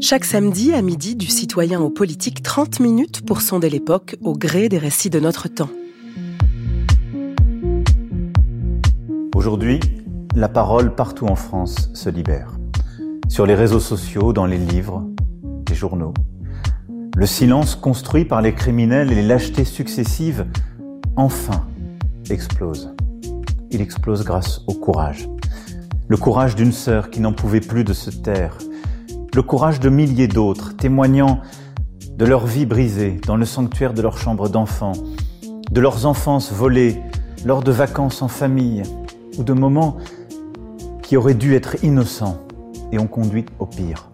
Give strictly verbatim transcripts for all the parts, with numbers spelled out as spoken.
Chaque samedi à midi, du citoyen au politique, trente minutes pour sonder l'époque au gré des récits de notre temps. Aujourd'hui, la parole partout en France se libère. Sur les réseaux sociaux, dans les livres, les journaux. Le silence construit par les criminels et les lâchetés successives, enfin, explose. Il explose grâce au courage. Le courage d'une sœur qui n'en pouvait plus de se taire. Le courage de milliers d'autres, témoignant de leur vie brisée dans le sanctuaire de leur chambre d'enfant, de leurs enfances volées lors de vacances en famille, ou de moments qui auraient dû être innocents et ont conduit au pire.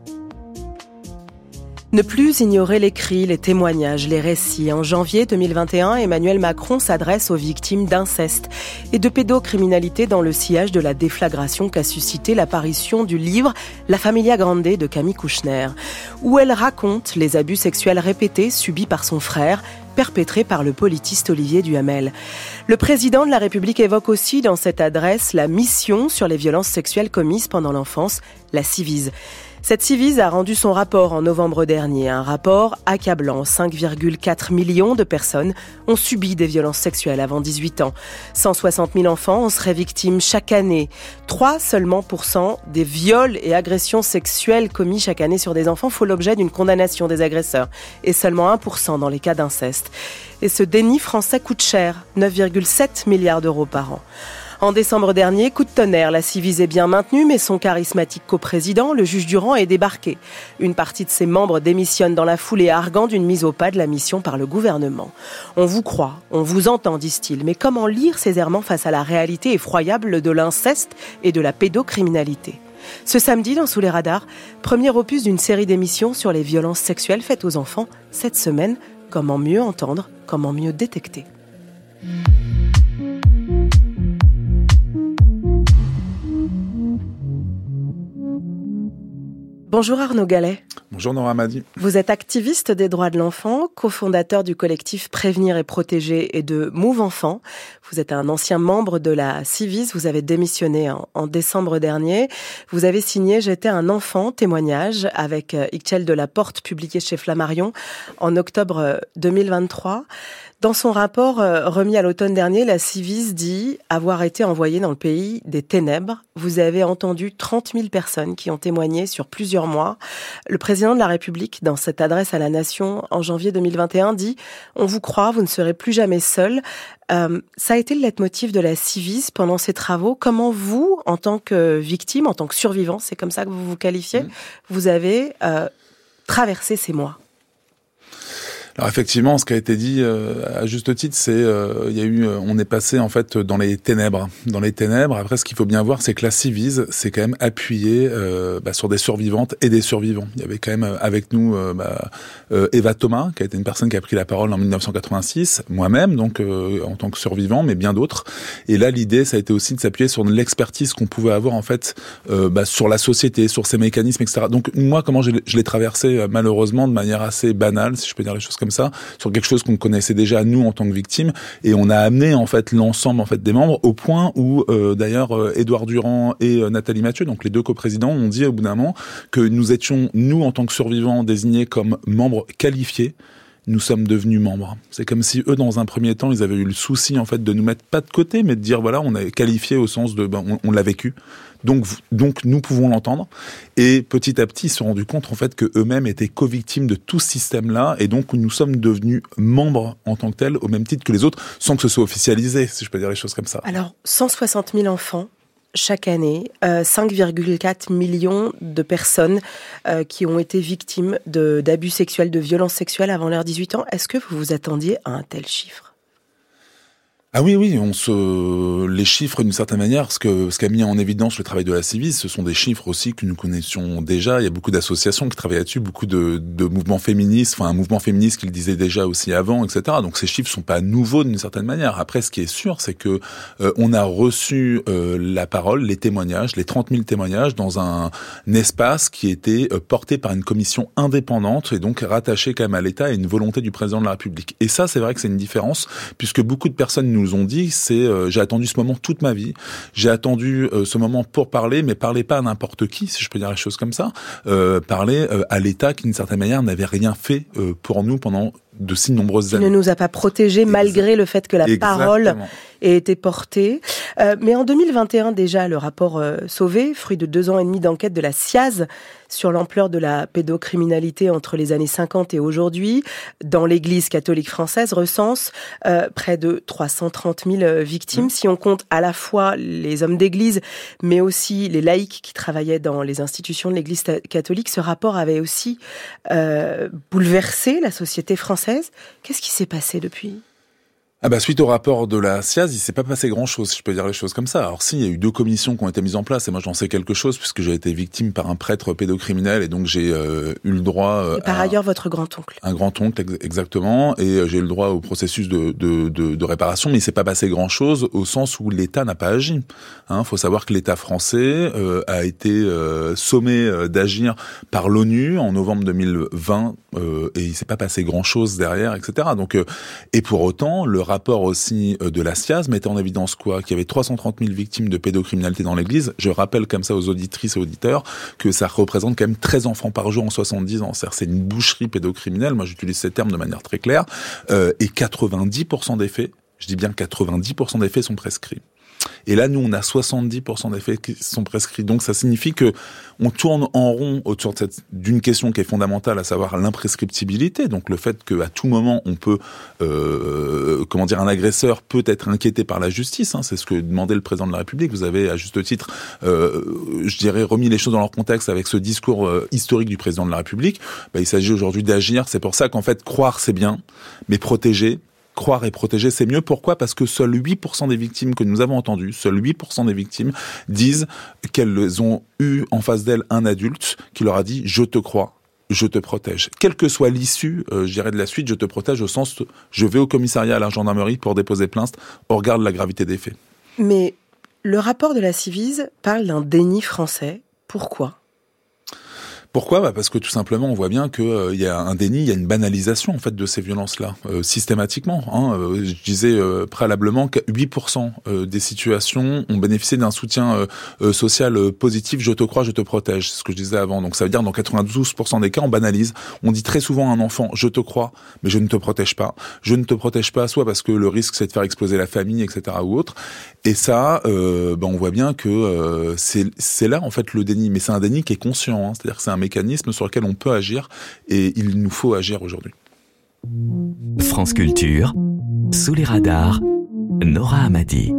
Ne plus ignorer les cris, les témoignages, les récits. En janvier deux mille vingt et un, Emmanuel Macron s'adresse aux victimes d'inceste et de pédocriminalité dans le sillage de la déflagration qu'a suscité l'apparition du livre « La Familia Grande » de Camille Kouchner, où elle raconte les abus sexuels répétés subis par son frère, perpétrés par le politiste Olivier Duhamel. Le président de la République évoque aussi dans cette adresse la mission sur les violences sexuelles commises pendant l'enfance, la Ciivise. Cette Ciivise a rendu son rapport en novembre dernier, un rapport accablant. cinq virgule quatre millions de personnes ont subi des violences sexuelles avant dix-huit ans. cent soixante mille enfants en seraient victimes chaque année. trois seulement pour cent des viols et agressions sexuelles commis chaque année sur des enfants font l'objet d'une condamnation des agresseurs. Et seulement un pour cent dans les cas d'inceste. Et ce déni français coûte cher, neuf virgule sept milliards d'euros par an. En décembre dernier, coup de tonnerre, la Ciivise est bien maintenue, mais son charismatique coprésident, le juge Durand, est débarqué. Une partie de ses membres démissionne dans la foulée, arguant d'une mise au pas de la mission par le gouvernement. On vous croit, on vous entend, disent-ils, mais comment lire ces errements face à la réalité effroyable de l'inceste et de la pédocriminalité ? Ce samedi, dans Sous les radars, premier opus d'une série d'émissions sur les violences sexuelles faites aux enfants. Cette semaine, comment mieux entendre, comment mieux détecter. Bonjour Arnaud Gallet. Bonjour Nora Madi. Vous êtes activiste des droits de l'enfant, cofondateur du collectif Prévenir et Protéger et de Move Enfant. Vous êtes un ancien membre de la Ciivise, vous avez démissionné en, en décembre dernier. Vous avez signé « J'étais un enfant », témoignage avec Ixchel Delaporte, publié chez Flammarion en octobre deux mille vingt-trois. Dans son rapport euh, remis à l'automne dernier, la Ciivise dit avoir été envoyée dans le pays des ténèbres. Vous avez entendu trente mille personnes qui ont témoigné sur plusieurs mois. Le président de la République, dans cette adresse à la Nation en janvier deux mille vingt et un, dit « On vous croit, vous ne serez plus jamais seul ». Euh, ça a été le leitmotiv de la Ciivise pendant ces travaux. Comment vous, en tant que victime, en tant que survivant, c'est comme ça que vous vous qualifiez, mmh. vous avez euh, traversé ces mois ? Alors effectivement, ce qui a été dit euh, à juste titre, c'est euh, il y a eu, on est passé en fait dans les ténèbres, dans les ténèbres. Après, ce qu'il faut bien voir, c'est que la Ciivise s'est quand même appuyée euh, bah, sur des survivantes et des survivants. Il y avait quand même avec nous euh, bah, euh, Eva Thomas, qui a été une personne qui a pris la parole en dix-neuf cent quatre-vingt-six, moi-même donc euh, en tant que survivant, mais bien d'autres. Et là, l'idée, ça a été aussi de s'appuyer sur l'expertise qu'on pouvait avoir en fait euh, bah, sur la société, sur ses mécanismes, et cetera. Donc moi, comment je l'ai, je l'ai traversé euh, malheureusement de manière assez banale, si je peux dire les choses comme ça, sur quelque chose qu'on connaissait déjà nous en tant que victimes, et on a amené en fait l'ensemble en fait des membres au point où euh, d'ailleurs euh, Édouard Durand et euh, Nathalie Mathieu, donc les deux coprésidents, ont dit au bout d'un moment que nous étions nous en tant que survivants désignés comme membres qualifiés. Nous sommes devenus membres. C'est comme si eux, dans un premier temps, ils avaient eu le souci en fait de nous mettre pas de côté, mais de dire voilà, on est qualifié au sens de ben, on, on l'a vécu. Donc, donc nous pouvons l'entendre. Et petit à petit, ils se sont rendus compte en fait que eux-mêmes étaient co-victimes de tout ce système-là, et donc nous sommes devenus membres en tant que tels, au même titre que les autres, sans que ce soit officialisé, si je peux dire les choses comme ça. Alors, cent soixante mille enfants. Chaque année, euh, cinq virgule quatre millions de personnes euh, qui ont été victimes de, d'abus sexuels, de violences sexuelles avant leurs dix-huit ans. Est-ce que vous vous attendiez à un tel chiffre ? Ah oui, oui, on se, les chiffres d'une certaine manière, ce que, ce qu'a mis en évidence le travail de la Ciivise, ce sont des chiffres aussi que nous connaissions déjà. Il y a beaucoup d'associations qui travaillent là-dessus, beaucoup de, de mouvements féministes, enfin un mouvement féministe qui le disait déjà aussi avant, et cetera. Donc ces chiffres sont pas nouveaux d'une certaine manière. Après, ce qui est sûr, c'est que euh, on a reçu euh, la parole, les témoignages, les trente mille témoignages dans un, un espace qui était euh, porté par une commission indépendante et donc rattaché quand même à l'État et une volonté du président de la République. Et ça, c'est vrai que c'est une différence, puisque beaucoup de personnes nous nous ont dit, c'est euh, j'ai attendu ce moment toute ma vie, j'ai attendu euh, ce moment pour parler, mais parler pas à n'importe qui, si je peux dire les choses comme ça, euh, parler euh, à l'État qui, d'une certaine manière, n'avait rien fait euh, pour nous pendant de si nombreuses années. Il ne nous a pas protégés malgré le fait que la Exactement. parole ait été portée. Euh, mais en deux mille vingt et un déjà, le rapport euh, Sauvé, fruit de deux ans et demi d'enquête de la S I A Z sur l'ampleur de la pédocriminalité entre les années cinquante et aujourd'hui, dans l'Église catholique française, recense euh, près de trois cent trente mille victimes. Mmh. Si on compte à la fois les hommes d'Église, mais aussi les laïcs qui travaillaient dans les institutions de l'Église catholique, ce rapport avait aussi euh, bouleversé la société française. Qu'est-ce qui s'est passé depuis ? Ah bah suite au rapport de la S I A Z, il s'est pas passé grand-chose, si je peux dire les choses comme ça. Alors si, il y a eu deux commissions qui ont été mises en place, et moi j'en sais quelque chose, puisque j'ai été victime par un prêtre pédocriminel, et donc j'ai euh, eu le droit... Euh, et par à ailleurs, votre grand-oncle. Un grand-oncle, ex- exactement, et euh, j'ai eu le droit au processus de, de, de, de réparation, mais il s'est pas passé grand-chose, au sens où l'État n'a pas agi. Hein, faut savoir que l'État français euh, a été euh, sommé euh, d'agir par l'ONU en novembre deux mille vingt, euh, et il s'est pas passé grand-chose derrière, et cetera. Donc, euh, et pour autant, le rapport aussi de la S I A Z mettait en évidence quoi ? Qu'il y avait trois cent trente mille victimes de pédocriminalité dans l'Église. Je rappelle comme ça aux auditrices et auditeurs que ça représente quand même treize enfants par jour en soixante-dix ans. C'est-à-dire c'est une boucherie pédocriminelle, moi j'utilise ces termes de manière très claire, euh, et quatre-vingt-dix pour cent des faits, je dis bien quatre-vingt-dix pour cent des faits sont prescrits. Et là, nous, on a soixante-dix pour cent des faits qui sont prescrits. Donc, ça signifie que on tourne en rond autour de cette, d'une question qui est fondamentale, à savoir l'imprescriptibilité. Donc, le fait qu'à tout moment, on peut, euh, comment dire, un agresseur peut être inquiété par la justice. Hein, c'est ce que demandait le président de la République. Vous avez, à juste titre, euh, je dirais, remis les choses dans leur contexte avec ce discours euh, historique du président de la République. Bah, il s'agit aujourd'hui d'agir. C'est pour ça qu'en fait, croire, c'est bien, mais protéger, croire et protéger, c'est mieux. Pourquoi ? Parce que seuls huit pour cent des victimes que nous avons entendues, seuls huit pour cent des victimes disent qu'elles ont eu en face d'elles un adulte qui leur a dit « je te crois ». Je te protège. Quelle que soit l'issue, euh, je dirais de la suite, je te protège au sens de, je vais au commissariat à la gendarmerie pour déposer plainte au regard de la gravité des faits. Mais le rapport de la Civise parle d'un déni français. Pourquoi ? Pourquoi ? Bah parce que tout simplement, on voit bien qu'il euh, y a un déni, il y a une banalisation en fait de ces violences-là, euh, systématiquement. Hein. Euh, je disais euh, préalablement que huit pour cent euh, des situations ont bénéficié d'un soutien euh, euh, social euh, positif. Je te crois, je te protège. C'est ce que je disais avant. Donc ça veut dire dans quatre-vingt-douze pour cent des cas, on banalise. On dit très souvent à un enfant, je te crois, mais je ne te protège pas. Je ne te protège pas, soit parce que le risque c'est de faire exploser la famille, et cetera ou autre. Et ça, euh, bah, on voit bien que euh, c'est, c'est là en fait le déni. Mais c'est un déni qui est conscient. Hein. C'est-à-dire que c'est un mécanisme sur lequel on peut agir et il nous faut agir aujourd'hui. France Culture, sous les radars, Nora Hamadi.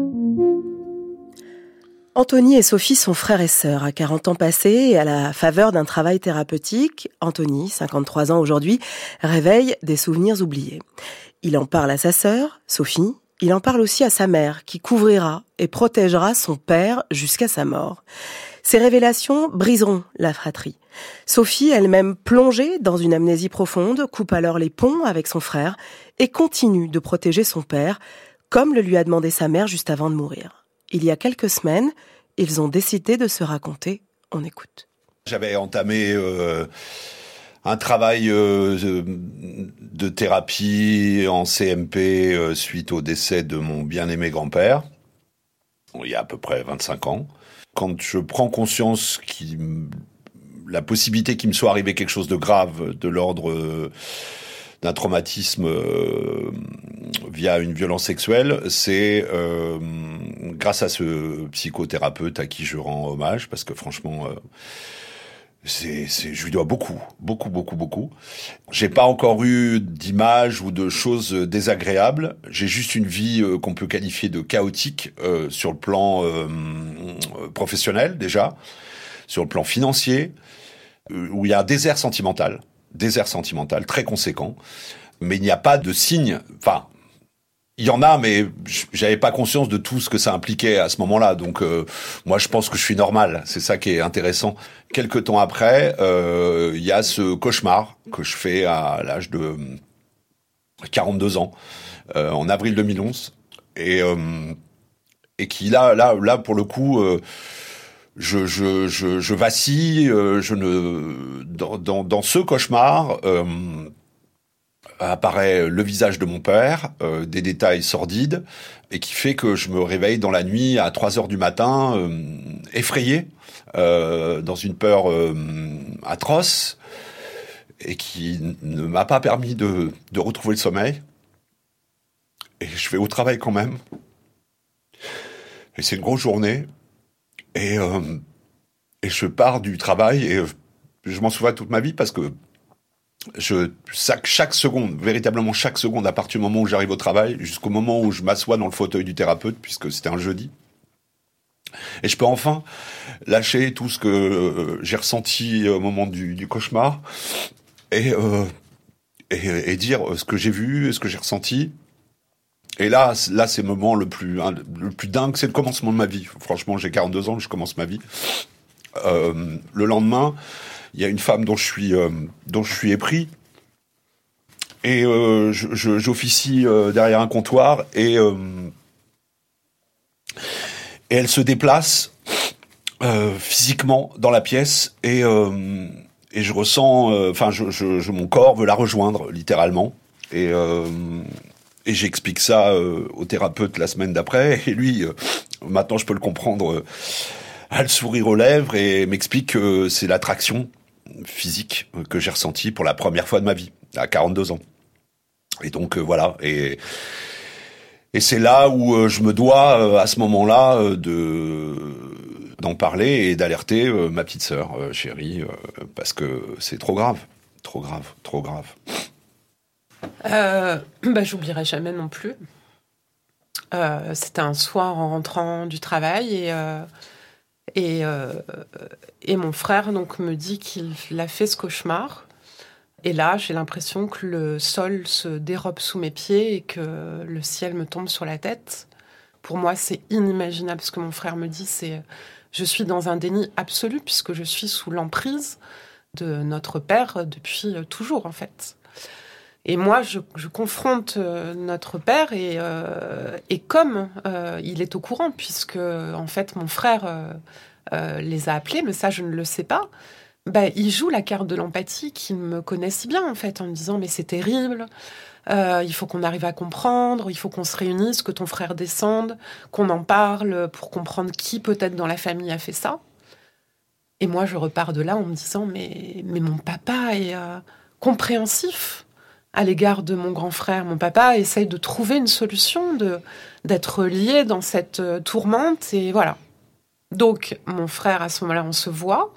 Anthony et Sophie sont frères et sœurs. À quarante ans passés et à la faveur d'un travail thérapeutique, Anthony, cinquante-trois ans aujourd'hui, réveille des souvenirs oubliés. Il en parle à sa sœur, Sophie. Il en parle aussi à sa mère, qui couvrira et protégera son père jusqu'à sa mort. Ces révélations briseront la fratrie. Sophie, elle-même plongée dans une amnésie profonde, coupe alors les ponts avec son frère et continue de protéger son père, comme le lui a demandé sa mère juste avant de mourir. Il y a quelques semaines, ils ont décidé de se raconter. On écoute. J'avais entamé euh, un travail euh, de thérapie en C M P euh, suite au décès de mon bien-aimé grand-père, il y a à peu près vingt-cinq ans. Quand je prends conscience qu'il, la possibilité qu'il me soit arrivé quelque chose de grave, de l'ordre euh, d'un traumatisme euh, via une violence sexuelle, c'est euh, grâce à ce psychothérapeute à qui je rends hommage, parce que franchement, euh, c'est, c'est, je lui dois beaucoup, beaucoup, beaucoup, beaucoup. J'ai pas encore eu d'images ou de choses désagréables. J'ai juste une vie euh, qu'on peut qualifier de chaotique euh, sur le plan euh, professionnel déjà, sur le plan financier, euh, où il y a un désert sentimental, désert sentimental très conséquent. Mais il n'y a pas de signe. Enfin, il y en a, mais j'avais pas conscience de tout ce que ça impliquait à ce moment-là. Donc, euh, moi, je pense que je suis normal. C'est ça qui est intéressant. Quelque temps après, euh, il y a ce cauchemar que je fais à l'âge de quarante-deux ans, euh, en avril deux mille onze, et euh, et qui là, là, là, pour le coup, euh, je, je, je, je vacille. Euh, je ne dans, dans, dans ce cauchemar. Euh, apparaît le visage de mon père, euh, des détails sordides, et qui fait que je me réveille dans la nuit à trois heures du matin, euh, effrayé, euh, dans une peur euh, atroce, et qui ne m'a pas permis de, de retrouver le sommeil. Et je vais au travail quand même. Et c'est une grosse journée. Et, euh, et je pars du travail, et je m'en souviens toute ma vie, parce que Je, chaque, chaque seconde, véritablement chaque seconde, à partir du moment où j'arrive au travail, jusqu'au moment où je m'assois dans le fauteuil du thérapeute, puisque c'était un jeudi, et je peux enfin lâcher tout ce que euh, j'ai ressenti au moment du, du cauchemar, et, euh, et, et dire ce que j'ai vu, ce que j'ai ressenti. Et là, là, c'est le moment le plus, hein, le plus dingue, c'est le commencement de ma vie. Franchement, j'ai quarante-deux ans, je commence ma vie. Euh, le lendemain, il y a une femme dont je suis, euh, dont je suis épris, et euh, je, je, j'officie euh, derrière un comptoir, et, euh, et elle se déplace euh, physiquement dans la pièce, et, euh, et je ressens, enfin, euh, je, je, je, mon corps veut la rejoindre littéralement, et, euh, et j'explique ça euh, au thérapeute la semaine d'après, et lui, euh, maintenant je peux le comprendre, euh, a le sourire aux lèvres et m'explique que c'est l'attraction physique que j'ai ressentie pour la première fois de ma vie, à quarante-deux ans. Et donc, euh, voilà. Et, et c'est là où euh, je me dois, euh, à ce moment-là, euh, de, d'en parler et d'alerter euh, ma petite sœur, euh, chérie, euh, parce que c'est trop grave. Trop grave, trop grave. Euh, bah, j'oublierai jamais non plus. Euh, c'était un soir en rentrant du travail, et... Euh Et, euh, et mon frère donc me dit qu'il a fait ce cauchemar. Et là, j'ai l'impression que le sol se dérobe sous mes pieds et que le ciel me tombe sur la tête. Pour moi, c'est inimaginable ce que mon frère me dit. C'est, je suis dans un déni absolu puisque je suis sous l'emprise de notre père depuis toujours, en fait. Et moi, je, je confronte notre père et, euh, et comme euh, il est au courant, puisque en fait mon frère euh, euh, les a appelés, mais ça je ne le sais pas, bah, il joue la carte de l'empathie qu'il me connaît si bien en fait, en me disant mais c'est terrible, euh, il faut qu'on arrive à comprendre, il faut qu'on se réunisse, que ton frère descende, qu'on en parle pour comprendre qui peut-être dans la famille a fait ça. Et moi je repars de là en me disant mais, mais mon papa est euh, compréhensif à l'égard de mon grand frère. Mon papa essaye de trouver une solution, de, d'être lié dans cette euh, tourmente, et voilà. Donc, mon frère, à ce moment-là, on se voit,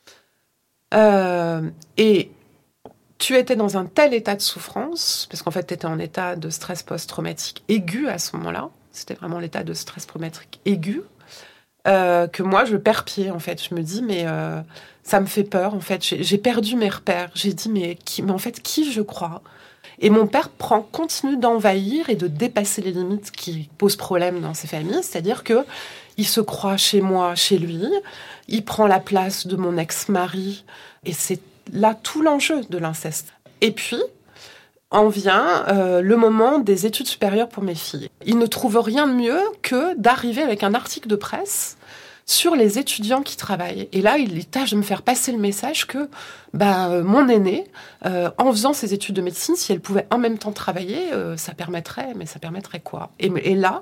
euh, et tu étais dans un tel état de souffrance, parce qu'en fait, tu étais en état de stress post-traumatique aigu à ce moment-là, c'était vraiment l'état de stress traumatique aigu, euh, que moi, je perds pied, en fait. Je me dis, mais euh, ça me fait peur, en fait. J'ai, j'ai perdu mes repères. J'ai dit, mais, qui, mais en fait, qui je crois ? Et mon père prend, continue d'envahir et de dépasser les limites qui posent problème dans ces familles. C'est-à-dire que il se croit chez moi, chez lui. Il prend la place de mon ex-mari. Et c'est là tout l'enjeu de l'inceste. Et puis, en vient euh, le moment des études supérieures pour mes filles. Il ne trouve rien de mieux que d'arriver avec un article de presse sur les étudiants qui travaillent. Et là, il tâche de me faire passer le message que bah, mon aînée, euh, en faisant ses études de médecine, si elle pouvait en même temps travailler, euh, ça permettrait, mais ça permettrait quoi ? Et, et là,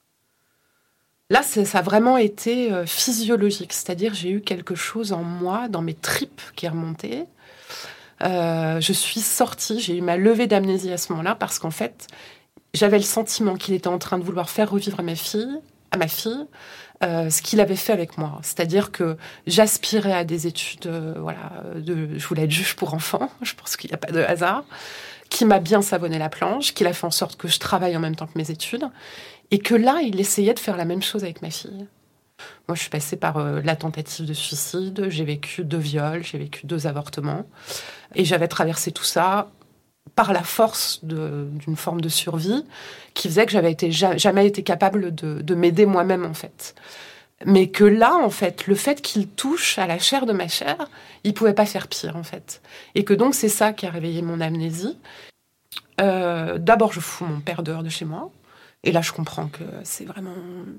là c'est, ça a vraiment été euh, physiologique. C'est-à-dire, j'ai eu quelque chose en moi, dans mes tripes, qui est remonté. Euh, je suis sortie, j'ai eu ma levée d'amnésie à ce moment-là, parce qu'en fait, j'avais le sentiment qu'il était en train de vouloir faire revivre à ma fille, à ma fille, Euh, ce qu'il avait fait avec moi. C'est-à-dire que j'aspirais à des études, euh, voilà, de, je voulais être juge pour enfants, je pense qu'il n'y a pas de hasard, qui m'a bien savonné la planche, qu'il a fait en sorte que je travaille en même temps que mes études, et que là, il essayait de faire la même chose avec ma fille. Moi, je suis passée par euh, la tentative de suicide, j'ai vécu deux viols, j'ai vécu deux avortements, et j'avais traversé tout ça par la force de, d'une forme de survie qui faisait que j'avais été, jamais été capable de, de m'aider moi-même, en fait. Mais que là, en fait, le fait qu'il touche à la chair de ma chair, il pouvait pas faire pire, en fait. Et que donc, c'est ça qui a réveillé mon amnésie. Euh, d'abord, je fous mon père dehors de chez moi. Et là, je comprends que c'est vraiment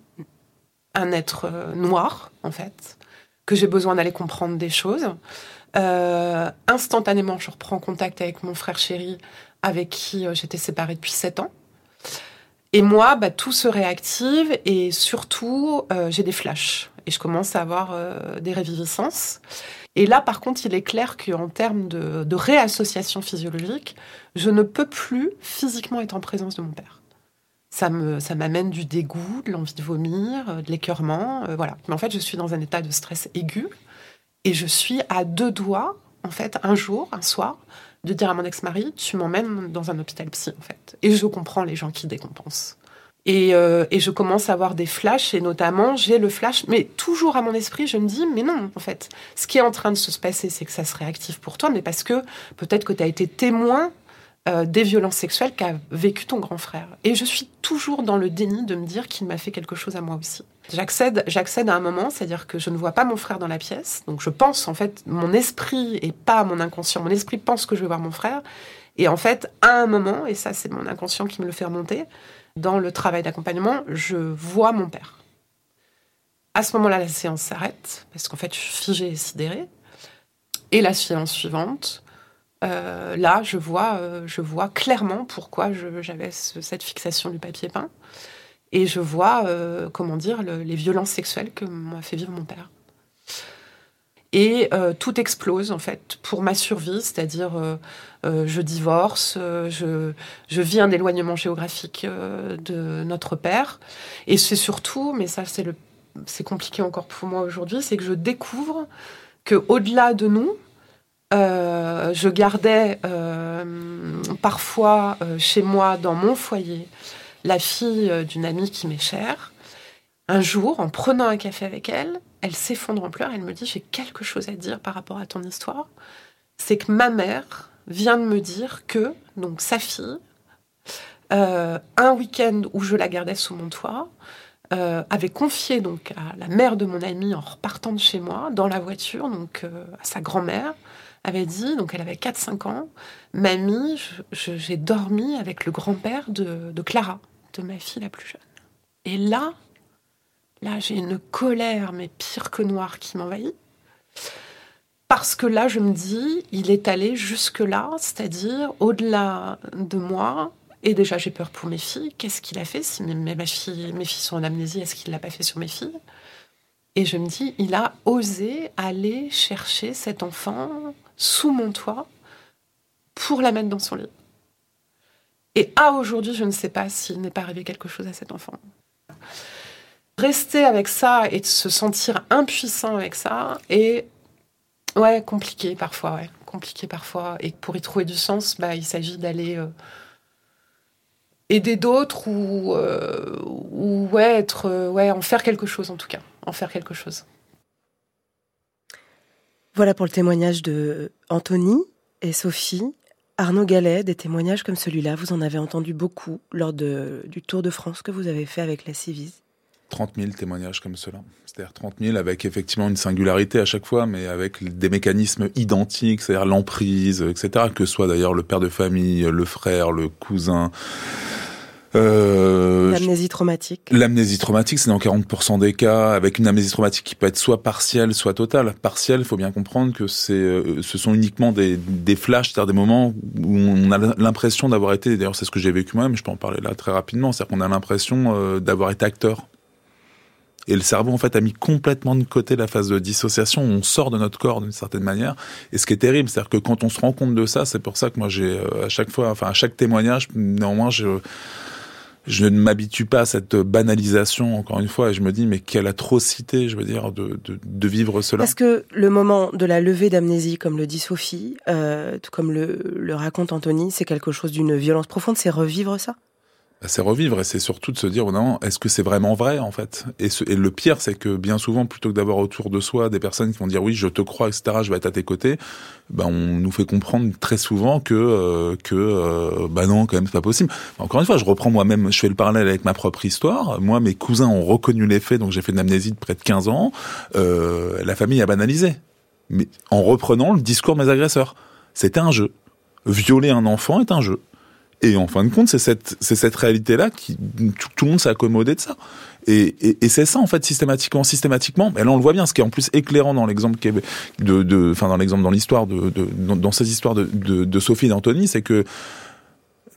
un être noir, en fait, que j'ai besoin d'aller comprendre des choses. Euh, instantanément, je reprends contact avec mon frère chéri avec qui j'étais séparée depuis sept ans. Et moi, bah, tout se réactive et surtout, euh, j'ai des flashs. Et je commence à avoir euh, des réviviscences. Et là, par contre, il est clair qu'en termes de, de réassociation physiologique, je ne peux plus physiquement être en présence de mon père. Ça, me, ça m'amène du dégoût, de l'envie de vomir, de l'écœurement, euh, voilà. Mais en fait, je suis dans un état de stress aigu et je suis à deux doigts, en fait, un jour, un soir, de dire à mon ex-mari, tu m'emmènes dans un hôpital psy, en fait. Et je comprends les gens qui décompensent. Et, euh, et je commence à avoir des flashs, et notamment, j'ai le flash, mais toujours à mon esprit, je me dis, mais non, en fait, ce qui est en train de se passer, c'est que ça se réactive pour toi, mais parce que peut-être que tu as été témoin euh, des violences sexuelles qu'a vécu ton grand frère. Et je suis toujours dans le déni de me dire qu'il m'a fait quelque chose à moi aussi. J'accède, j'accède à un moment, c'est-à-dire que je ne vois pas mon frère dans la pièce, donc je pense, en fait, mon esprit, et pas mon inconscient, mon esprit pense que je vais voir mon frère, et en fait, à un moment, et ça c'est mon inconscient qui me le fait remonter, dans le travail d'accompagnement, je vois mon père. À ce moment-là, la séance s'arrête, parce qu'en fait, je suis figée et sidérée. Et la séance suivante, euh, là, je vois, euh, je vois clairement pourquoi je, j'avais ce, cette fixation du papier peint. Et je vois, euh, comment dire, le, les violences sexuelles que m'a fait vivre mon père. Et euh, tout explose, en fait, pour ma survie, c'est-à-dire euh, euh, je divorce, euh, je, je vis un éloignement géographique euh, de notre père. Et c'est surtout, mais ça c'est, le, c'est compliqué encore pour moi aujourd'hui, c'est que je découvre qu'au-delà de nous, euh, je gardais euh, parfois euh, chez moi, dans mon foyer, la fille euh, d'une amie qui m'est chère. Un jour, en prenant un café avec elle, elle s'effondre en pleurs, elle me dit « J'ai quelque chose à te dire par rapport à ton histoire. C'est que ma mère vient de me dire que, donc sa fille, euh, un week-end où je la gardais sous mon toit, euh, avait confié donc à la mère de mon amie en repartant de chez moi, dans la voiture, donc euh, à sa grand-mère, avait dit, donc elle avait quatre cinq ans, « Mamie, je, je, j'ai dormi avec le grand-père de, de Clara, de ma fille la plus jeune. » Et là... Là, j'ai une colère, mais pire que noire, qui m'envahit. Parce que là, je me dis, il est allé jusque-là, c'est-à-dire au-delà de moi. Et déjà, j'ai peur pour mes filles. Qu'est-ce qu'il a fait? Si mes, mes, filles, mes filles sont en amnésie, est-ce qu'il ne l'a pas fait sur mes filles? Et je me dis, il a osé aller chercher cet enfant sous mon toit pour la mettre dans son lit. Et à aujourd'hui, je ne sais pas s'il n'est pas arrivé quelque chose à cet enfant. Rester avec ça et de se sentir impuissant avec ça est ouais, compliqué parfois. Ouais, compliqué parfois. Et pour y trouver du sens, bah, il s'agit d'aller euh, aider d'autres ou, euh, ou ouais, être, euh, ouais, en faire quelque chose en tout cas. En faire quelque chose. Voilà pour le témoignage de Anthony et Sophie. Arnaud Gallet, des témoignages comme celui-là, vous en avez entendu beaucoup lors de, du Tour de France que vous avez fait avec la Civis. trente mille témoignages comme cela. C'est-à-dire trente mille avec effectivement une singularité à chaque fois, mais avec des mécanismes identiques, c'est-à-dire l'emprise, et cetera. Que soit d'ailleurs le père de famille, le frère, le cousin. Euh, l'amnésie traumatique. L'amnésie traumatique, c'est dans quarante pour cent des cas, avec une amnésie traumatique qui peut être soit partielle, soit totale. Partielle, il faut bien comprendre que c'est, euh, ce sont uniquement des, des flashs, c'est-à-dire des moments où on a l'impression d'avoir été, d'ailleurs c'est ce que j'ai vécu moi-même, je peux en parler là très rapidement, c'est-à-dire qu'on a l'impression euh, d'avoir été acteur. Et le cerveau, en fait, a mis complètement de côté la phase de dissociation, où on sort de notre corps d'une certaine manière. Et ce qui est terrible, c'est-à-dire que quand on se rend compte de ça, c'est pour ça que moi, j'ai, à chaque fois, enfin, à chaque témoignage, néanmoins, je, je ne m'habitue pas à cette banalisation, encore une fois, et je me dis, mais quelle atrocité, je veux dire, de, de, de vivre cela. Parce que le moment de la levée d'amnésie, comme le dit Sophie, euh, tout comme le, le raconte Anthony, c'est quelque chose d'une violence profonde, c'est revivre ça? C'est revivre, et c'est surtout de se dire, non, est-ce que c'est vraiment vrai, en fait? Et, ce, et le pire, c'est que bien souvent, plutôt que d'avoir autour de soi des personnes qui vont dire, oui, je te crois, et cetera, je vais être à tes côtés, ben, on nous fait comprendre très souvent que, euh, que, euh, bah non, quand même, c'est pas possible. Encore une fois, je reprends moi-même, je fais le parallèle avec ma propre histoire. Moi, mes cousins ont reconnu les faits, donc j'ai fait une amnésie de près de quinze ans. Euh, la famille a banalisé. Mais en reprenant le discours de mes agresseurs. C'était un jeu. Violer un enfant est un jeu. Et en fin de compte, c'est cette, c'est cette réalité-là qui, tout, tout le monde s'est accommodé de ça. Et, et, et c'est ça, en fait, systématiquement, systématiquement. Mais là, on le voit bien. Ce qui est en plus éclairant dans l'exemple de, de, enfin, dans l'exemple, dans l'histoire de, de, dans, dans ces histoires de, de, de Sophie et d'Anthony, c'est que,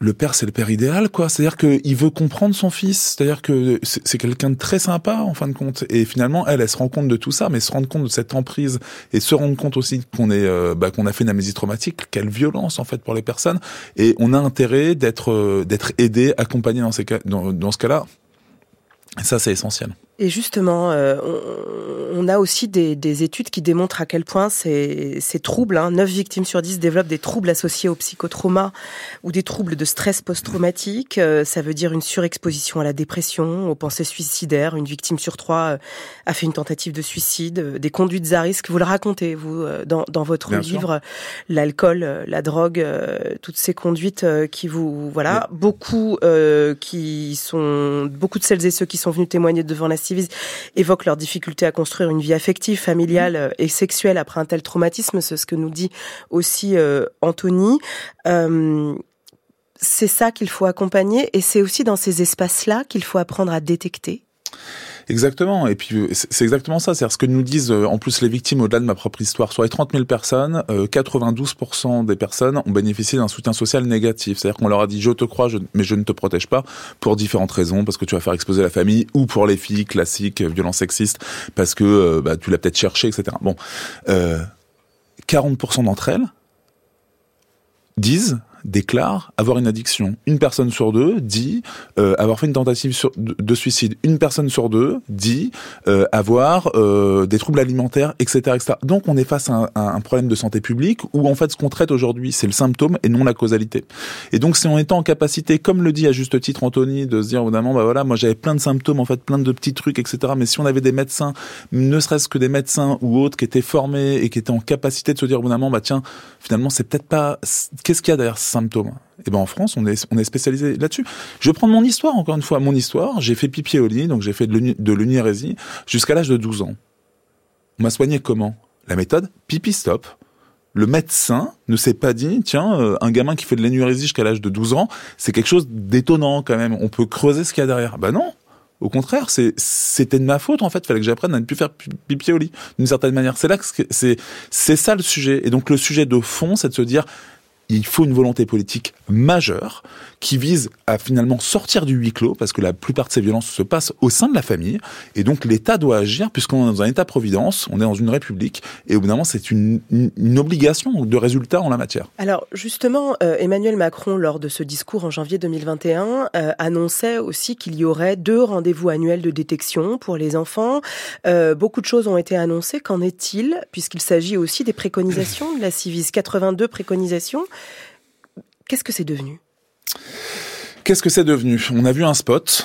le père, c'est le père idéal, quoi. C'est-à-dire qu'il veut comprendre son fils. C'est-à-dire que c'est, c'est quelqu'un de très sympa, en fin de compte. Et finalement, elle, elle se rend compte de tout ça, mais se rendre compte de cette emprise et se rendre compte aussi qu'on est, euh, bah, qu'on a fait une amnésie traumatique, quelle violence, en fait, pour les personnes. Et on a intérêt d'être, euh, d'être aidé, accompagné dans ces cas, dans, dans ce cas-là. Et ça, c'est essentiel. Et justement, euh, on, on a aussi des, des études qui démontrent à quel point ces, ces troubles, hein, neuf victimes sur dix développent des troubles associés au psychotrauma ou des troubles de stress post-traumatique. Euh, ça veut dire une surexposition à la dépression, aux pensées suicidaires. Une victime sur trois euh, a fait une tentative de suicide. Euh, des conduites à risque, vous le racontez, vous, euh, dans, dans votre Bien livre, sûr. L'alcool, euh, la drogue, euh, toutes ces conduites euh, qui vous... Voilà, oui. beaucoup, euh, qui sont, beaucoup de celles et ceux qui sont venus témoigner devant la Ciivise évoquent leur difficulté à construire une vie affective, familiale et sexuelle après un tel traumatisme. C'est ce que nous dit aussi euh, Anthony. Euh, c'est ça qu'il faut accompagner et c'est aussi dans ces espaces-là qu'il faut apprendre à détecter. Exactement, et puis c'est exactement ça, c'est-à-dire ce que nous disent en plus les victimes au-delà de ma propre histoire. Sur les trente mille personnes, euh, quatre-vingt-douze pour cent des personnes ont bénéficié d'un soutien social négatif. C'est-à-dire qu'on leur a dit « je te crois, je, mais je ne te protège pas » pour différentes raisons, parce que tu vas faire exploser la famille, ou pour les filles classiques, violences sexistes, parce que euh, bah, tu l'as peut-être cherché, et cetera. Bon, euh, quarante pour cent d'entre elles disent déclare avoir une addiction. Une personne sur deux dit euh, avoir fait une tentative sur, de, de suicide. Une personne sur deux dit euh, avoir euh, des troubles alimentaires, et cetera, et cetera. Donc on est face à un, à un problème de santé publique où en fait ce qu'on traite aujourd'hui c'est le symptôme et non la causalité. Et donc si on est en capacité, comme le dit à juste titre Anthony, de se dire évidemment bah voilà moi j'avais plein de symptômes en fait plein de petits trucs et cetera. Mais si on avait des médecins, ne serait-ce que des médecins ou autres qui étaient formés et qui étaient en capacité de se dire évidemment bah tiens finalement c'est peut-être pas qu'est-ce qu'il y a derrière symptômes. Et ben en France, on est on est spécialisé là-dessus. Je vais prendre mon histoire encore une fois, mon histoire. J'ai fait pipi au lit, donc j'ai fait de, l'uni, de l'énurésie jusqu'à l'âge de douze ans. On m'a soigné comment ? La méthode pipi stop. Le médecin ne s'est pas dit tiens euh, un gamin qui fait de l'énurésie jusqu'à l'âge de douze ans, c'est quelque chose d'étonnant quand même. On peut creuser ce qu'il y a derrière. Ben non. Au contraire, c'est, c'était de ma faute, en fait. Il fallait que j'apprenne à ne plus faire pipi au lit, d'une certaine manière. C'est là que c'est, c'est ça le sujet. Et donc, le sujet de fond, c'est de se dire, il faut une volonté politique majeure qui vise à finalement sortir du huis clos, parce que la plupart de ces violences se passent au sein de la famille, et donc l'État doit agir, puisqu'on est dans un État-providence, on est dans une république, et au bout d'un moment, c'est une, une, une obligation de résultat en la matière. Alors justement, euh, Emmanuel Macron, lors de ce discours en janvier deux mille vingt et un, euh, annonçait aussi qu'il y aurait deux rendez-vous annuels de détection pour les enfants. Euh, beaucoup de choses ont été annoncées. Qu'en est-il, puisqu'il s'agit aussi des préconisations de la Ciivise, quatre-vingt-deux préconisations. Qu'est-ce que c'est devenu ? Qu'est-ce que c'est devenu ? On a vu un spot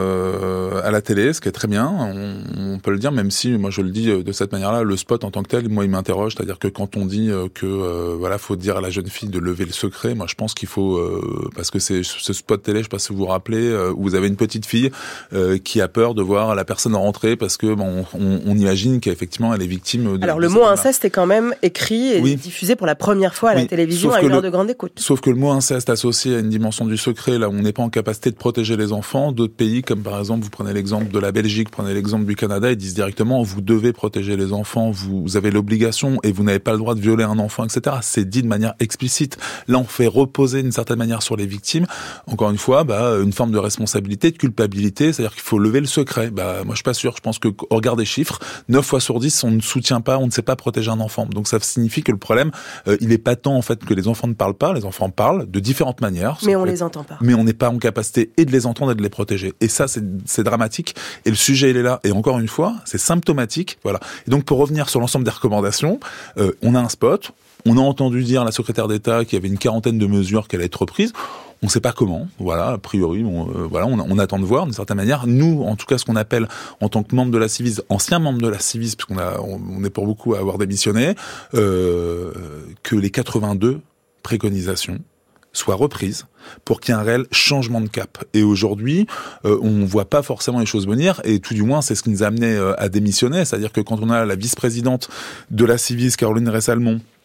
euh, à la télé, ce qui est très bien, on, on peut le dire, même si, moi je le dis de cette manière-là, le spot en tant que tel, moi il m'interroge, c'est-à-dire que quand on dit que euh, voilà, faut dire à la jeune fille de lever le secret, moi je pense qu'il faut, euh, parce que c'est ce spot télé, je sais pas si vous vous rappelez, euh, où vous avez une petite fille euh, qui a peur de voir la personne rentrer parce que bon, on, on imagine qu'effectivement elle est victime de... Alors le mot inceste est quand même écrit et oui. diffusé pour la première fois à la oui. télévision à une heure de grande écoute. Sauf que le mot inceste associé à une dimension du secret, là où on n'est pas en capacité de protéger les enfants. D'autres pays, comme par exemple, vous prenez l'exemple de la Belgique, prenez l'exemple du Canada, ils disent directement, vous devez protéger les enfants, vous avez l'obligation et vous n'avez pas le droit de violer un enfant, et cetera. C'est dit de manière explicite. Là, on fait reposer d'une certaine manière sur les victimes. Encore une fois, bah, une forme de responsabilité, de culpabilité, c'est-à-dire qu'il faut lever le secret. Bah, moi, je suis pas sûr. Je pense que, au regard des chiffres, neuf fois sur dix, on ne soutient pas, on ne sait pas protéger un enfant. Donc, ça signifie que le problème, euh, il est patent, en fait, que les enfants ne parlent pas. Les enfants parlent de différentes manières. Mais on les entend pas. Mais on n'est pas en capacité et de les entendre et de les protéger. Et ça, c'est, c'est dramatique. Et le sujet, il est là. Et encore une fois, c'est symptomatique. Voilà. Et donc, pour revenir sur l'ensemble des recommandations, euh, on a un spot. On a entendu dire à la secrétaire d'État qu'il y avait une quarantaine de mesures qui allaient être reprises. On ne sait pas comment. Voilà. A priori, on, euh, voilà, on, on attend de voir d'une certaine manière. Nous, en tout cas, ce qu'on appelle en tant que membre de la Ciivise, ancien membre de la Ciivise, puisqu'on a, on, on est pour beaucoup à avoir démissionné, euh, que les quatre-vingt-deux préconisations soient reprises pour qu'il y ait un réel changement de cap. Et aujourd'hui, euh, on voit pas forcément les choses venir, et tout du moins, c'est ce qui nous a amené euh, à démissionner, c'est-à-dire que quand on a la vice-présidente de la Ciivise, Caroline Ressalmon,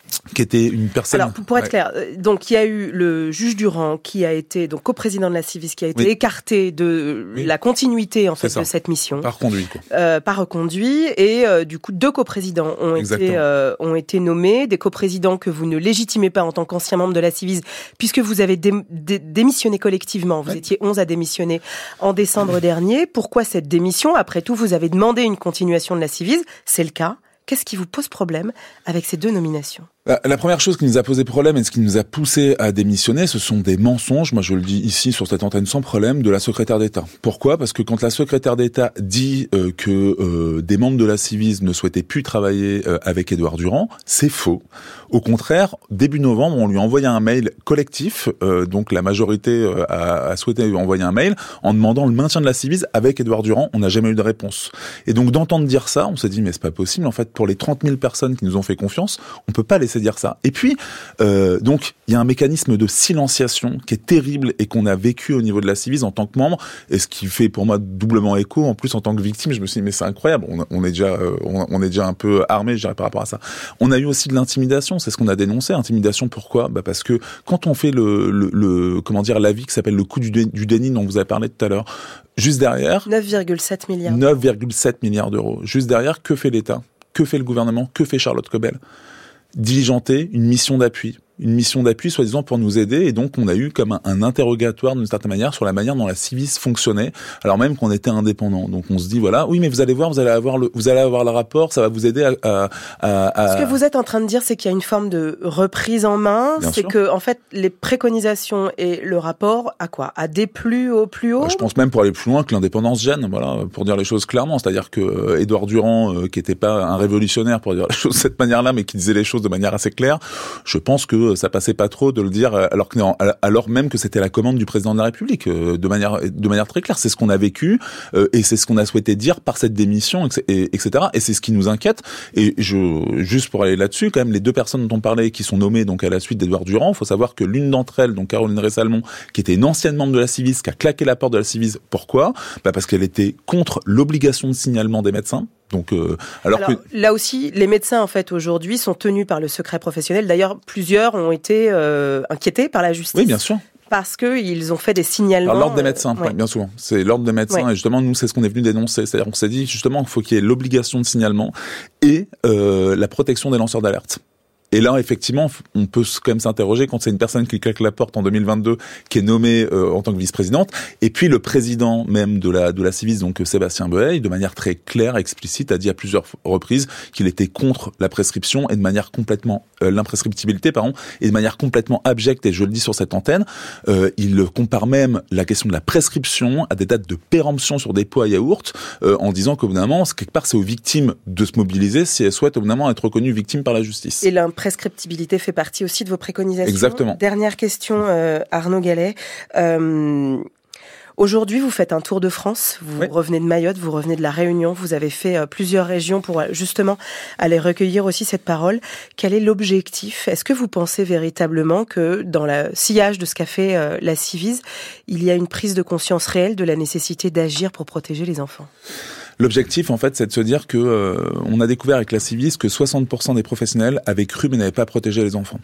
qui était une personne... Alors, pour être ouais. clair, donc il y a eu le juge Durand qui a été donc coprésident de la Civis, qui a été oui. écarté de oui. la continuité en fait de cette mission. Par reconduit, quoi. Euh, par reconduit, et euh, du coup deux coprésidents ont Exactement. été euh, ont été nommés, des coprésidents que vous ne légitimez pas en tant qu'ancien membre de la Civis, puisque vous avez dé- dé- démissionné collectivement. Vous ouais. étiez onze à démissionner en décembre ouais. dernier. Pourquoi cette démission ? Après tout, vous avez demandé une continuation de la Civis, c'est le cas. Qu'est-ce qui vous pose problème avec ces deux nominations ? La première chose qui nous a posé problème et ce qui nous a poussé à démissionner, ce sont des mensonges, moi je le dis ici sur cette antenne sans problème, de la secrétaire d'État. Pourquoi ? Parce que quand la secrétaire d'État dit euh, que euh, des membres de la Civis ne souhaitaient plus travailler euh, avec Édouard Durand, c'est faux. Au contraire, début novembre, on lui a envoyé un mail collectif, euh, donc la majorité euh, a, a souhaité lui envoyer un mail en demandant le maintien de la Civis avec Édouard Durand. On n'a jamais eu de réponse. Et donc d'entendre dire ça, on s'est dit mais c'est pas possible. En fait, pour les trente mille personnes qui nous ont fait confiance, on peut pas laisser dire ça. Et puis, euh, donc, il y a un mécanisme de silenciation qui est terrible et qu'on a vécu au niveau de la Civis en tant que membre, et ce qui fait pour moi doublement écho. En plus, en tant que victime, je me suis dit mais c'est incroyable. On, on est déjà, euh, on, on est déjà un peu armé, je dirais, par rapport à ça. On a eu aussi de l'intimidation. C'est ce qu'on a dénoncé. Intimidation, pourquoi ? Bah parce que quand on fait le, le, le comment dire, l'avis qui s'appelle le coup du, dé, du déni dont vous avez parlé tout à l'heure, juste derrière, neuf virgule sept milliards. neuf virgule sept milliards d'euros. Juste derrière, que fait l'État ? Que fait le gouvernement ? Que fait Charlotte Cobel ? Diligenter une mission d'appui. Une mission d'appui, soi-disant, pour nous aider. Et donc, on a eu comme un, un interrogatoire, d'une certaine manière, sur la manière dont la Civis fonctionnait, alors même qu'on était indépendant. Donc, on se dit, voilà, oui, mais vous allez voir, vous allez avoir le, vous allez avoir le rapport, ça va vous aider à, à, à, à... Ce que vous êtes en train de dire, c'est qu'il y a une forme de reprise en main. Bien c'est sûr. Que, en fait, les préconisations et le rapport, à quoi ? À des plus au plus haut ? Je pense même, pour aller plus loin, que l'indépendance gêne, voilà, pour dire les choses clairement. C'est-à-dire que euh, Édouard Durand, euh, qui était pas un révolutionnaire, pour dire les choses de cette manière-là, mais qui disait les choses de manière assez claire, je pense que ça passait pas trop de le dire, alors que alors même que c'était la commande du président de la République, euh, de manière de manière très claire. C'est ce qu'on a vécu euh, et c'est ce qu'on a souhaité dire par cette démission, et, et cetera. Et c'est ce qui nous inquiète. Et je juste pour aller là-dessus, quand même, les deux personnes dont on parlait qui sont nommées donc à la suite d'Édouard Durand, il faut savoir que l'une d'entre elles, donc Caroline Rey-Salmon, qui était une ancienne membre de la Civis, qui a claqué la porte de la Civis. Pourquoi ? Bah parce qu'elle était contre l'obligation de signalement des médecins. Donc, euh, alors, alors que... là aussi, les médecins en fait aujourd'hui sont tenus par le secret professionnel. D'ailleurs, plusieurs ont été euh, inquiétés par la justice. Oui, bien sûr. Parce qu'ils ont fait des signalements. Alors, l'ordre des médecins, euh, ouais. bien souvent. C'est l'ordre des médecins, ouais. Et justement, nous, c'est ce qu'on est venu dénoncer. C'est-à-dire qu'on s'est dit justement qu'il faut qu'il y ait l'obligation de signalement et euh, la protection des lanceurs d'alerte. Et là, effectivement, on peut quand même s'interroger quand c'est une personne qui claque la porte en deux mille vingt-deux, qui est nommée euh, en tant que vice-présidente, et puis le président même de la de la Civis, donc Sébastien Boeil, de manière très claire, explicite, a dit à plusieurs reprises qu'il était contre la prescription et de manière complètement euh, l'imprescriptibilité, pardon, et de manière complètement abjecte. Et je le dis sur cette antenne, euh, il compare même la question de la prescription à des dates de péremption sur des pots à yaourt, euh, en disant qu'au bout d'un moment, quelque part, c'est aux victimes de se mobiliser si elles souhaitent au bout d'un moment être reconnues victimes par la justice. Et prescriptibilité fait partie aussi de vos préconisations. Exactement. Dernière question, euh, Arnaud Gallet. Euh, aujourd'hui, vous faites un tour de France. Vous oui. revenez de Mayotte, vous revenez de la Réunion. Vous avez fait euh, plusieurs régions pour euh, justement aller recueillir aussi cette parole. Quel est l'objectif ? Est-ce que vous pensez véritablement que dans le sillage de ce qu'a fait euh, la Civis, il y a une prise de conscience réelle de la nécessité d'agir pour protéger les enfants ? L'objectif, en fait, c'est de se dire que euh, on a découvert avec la Civis que soixante pour cent des professionnels avaient cru mais n'avaient pas protégé les enfants.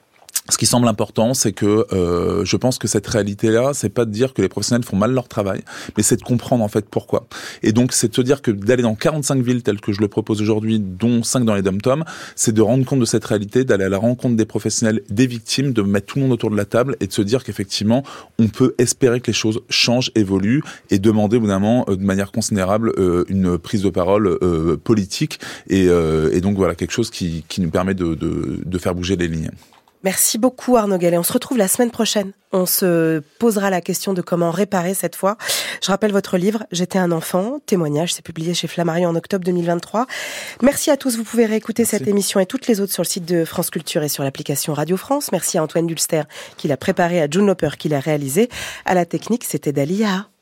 Ce qui semble important, c'est que euh, je pense que cette réalité-là, c'est pas de dire que les professionnels font mal leur travail, mais c'est de comprendre en fait pourquoi. Et donc, c'est de se dire que d'aller dans quarante-cinq villes telles que je le propose aujourd'hui, dont cinq dans les dom-toms, c'est de rendre compte de cette réalité, d'aller à la rencontre des professionnels, des victimes, de mettre tout le monde autour de la table et de se dire qu'effectivement, on peut espérer que les choses changent, évoluent et demander au bout d'un moment, euh, de manière considérable, euh, une prise de parole euh, politique et, euh, et donc voilà quelque chose qui, qui nous permet de, de, de faire bouger les lignes. Merci beaucoup Arnaud Gallet. On se retrouve la semaine prochaine. On se posera la question de comment réparer cette fois. Je rappelle votre livre « J'étais un enfant », témoignage, c'est publié chez Flammarion en octobre deux mille vingt-trois. Merci à tous. Vous pouvez réécouter Merci. Cette émission et toutes les autres sur le site de France Culture et sur l'application Radio France. Merci à Antoine Dulster qui l'a préparé, à June Loper qui l'a réalisé. À la technique, c'était Dalia.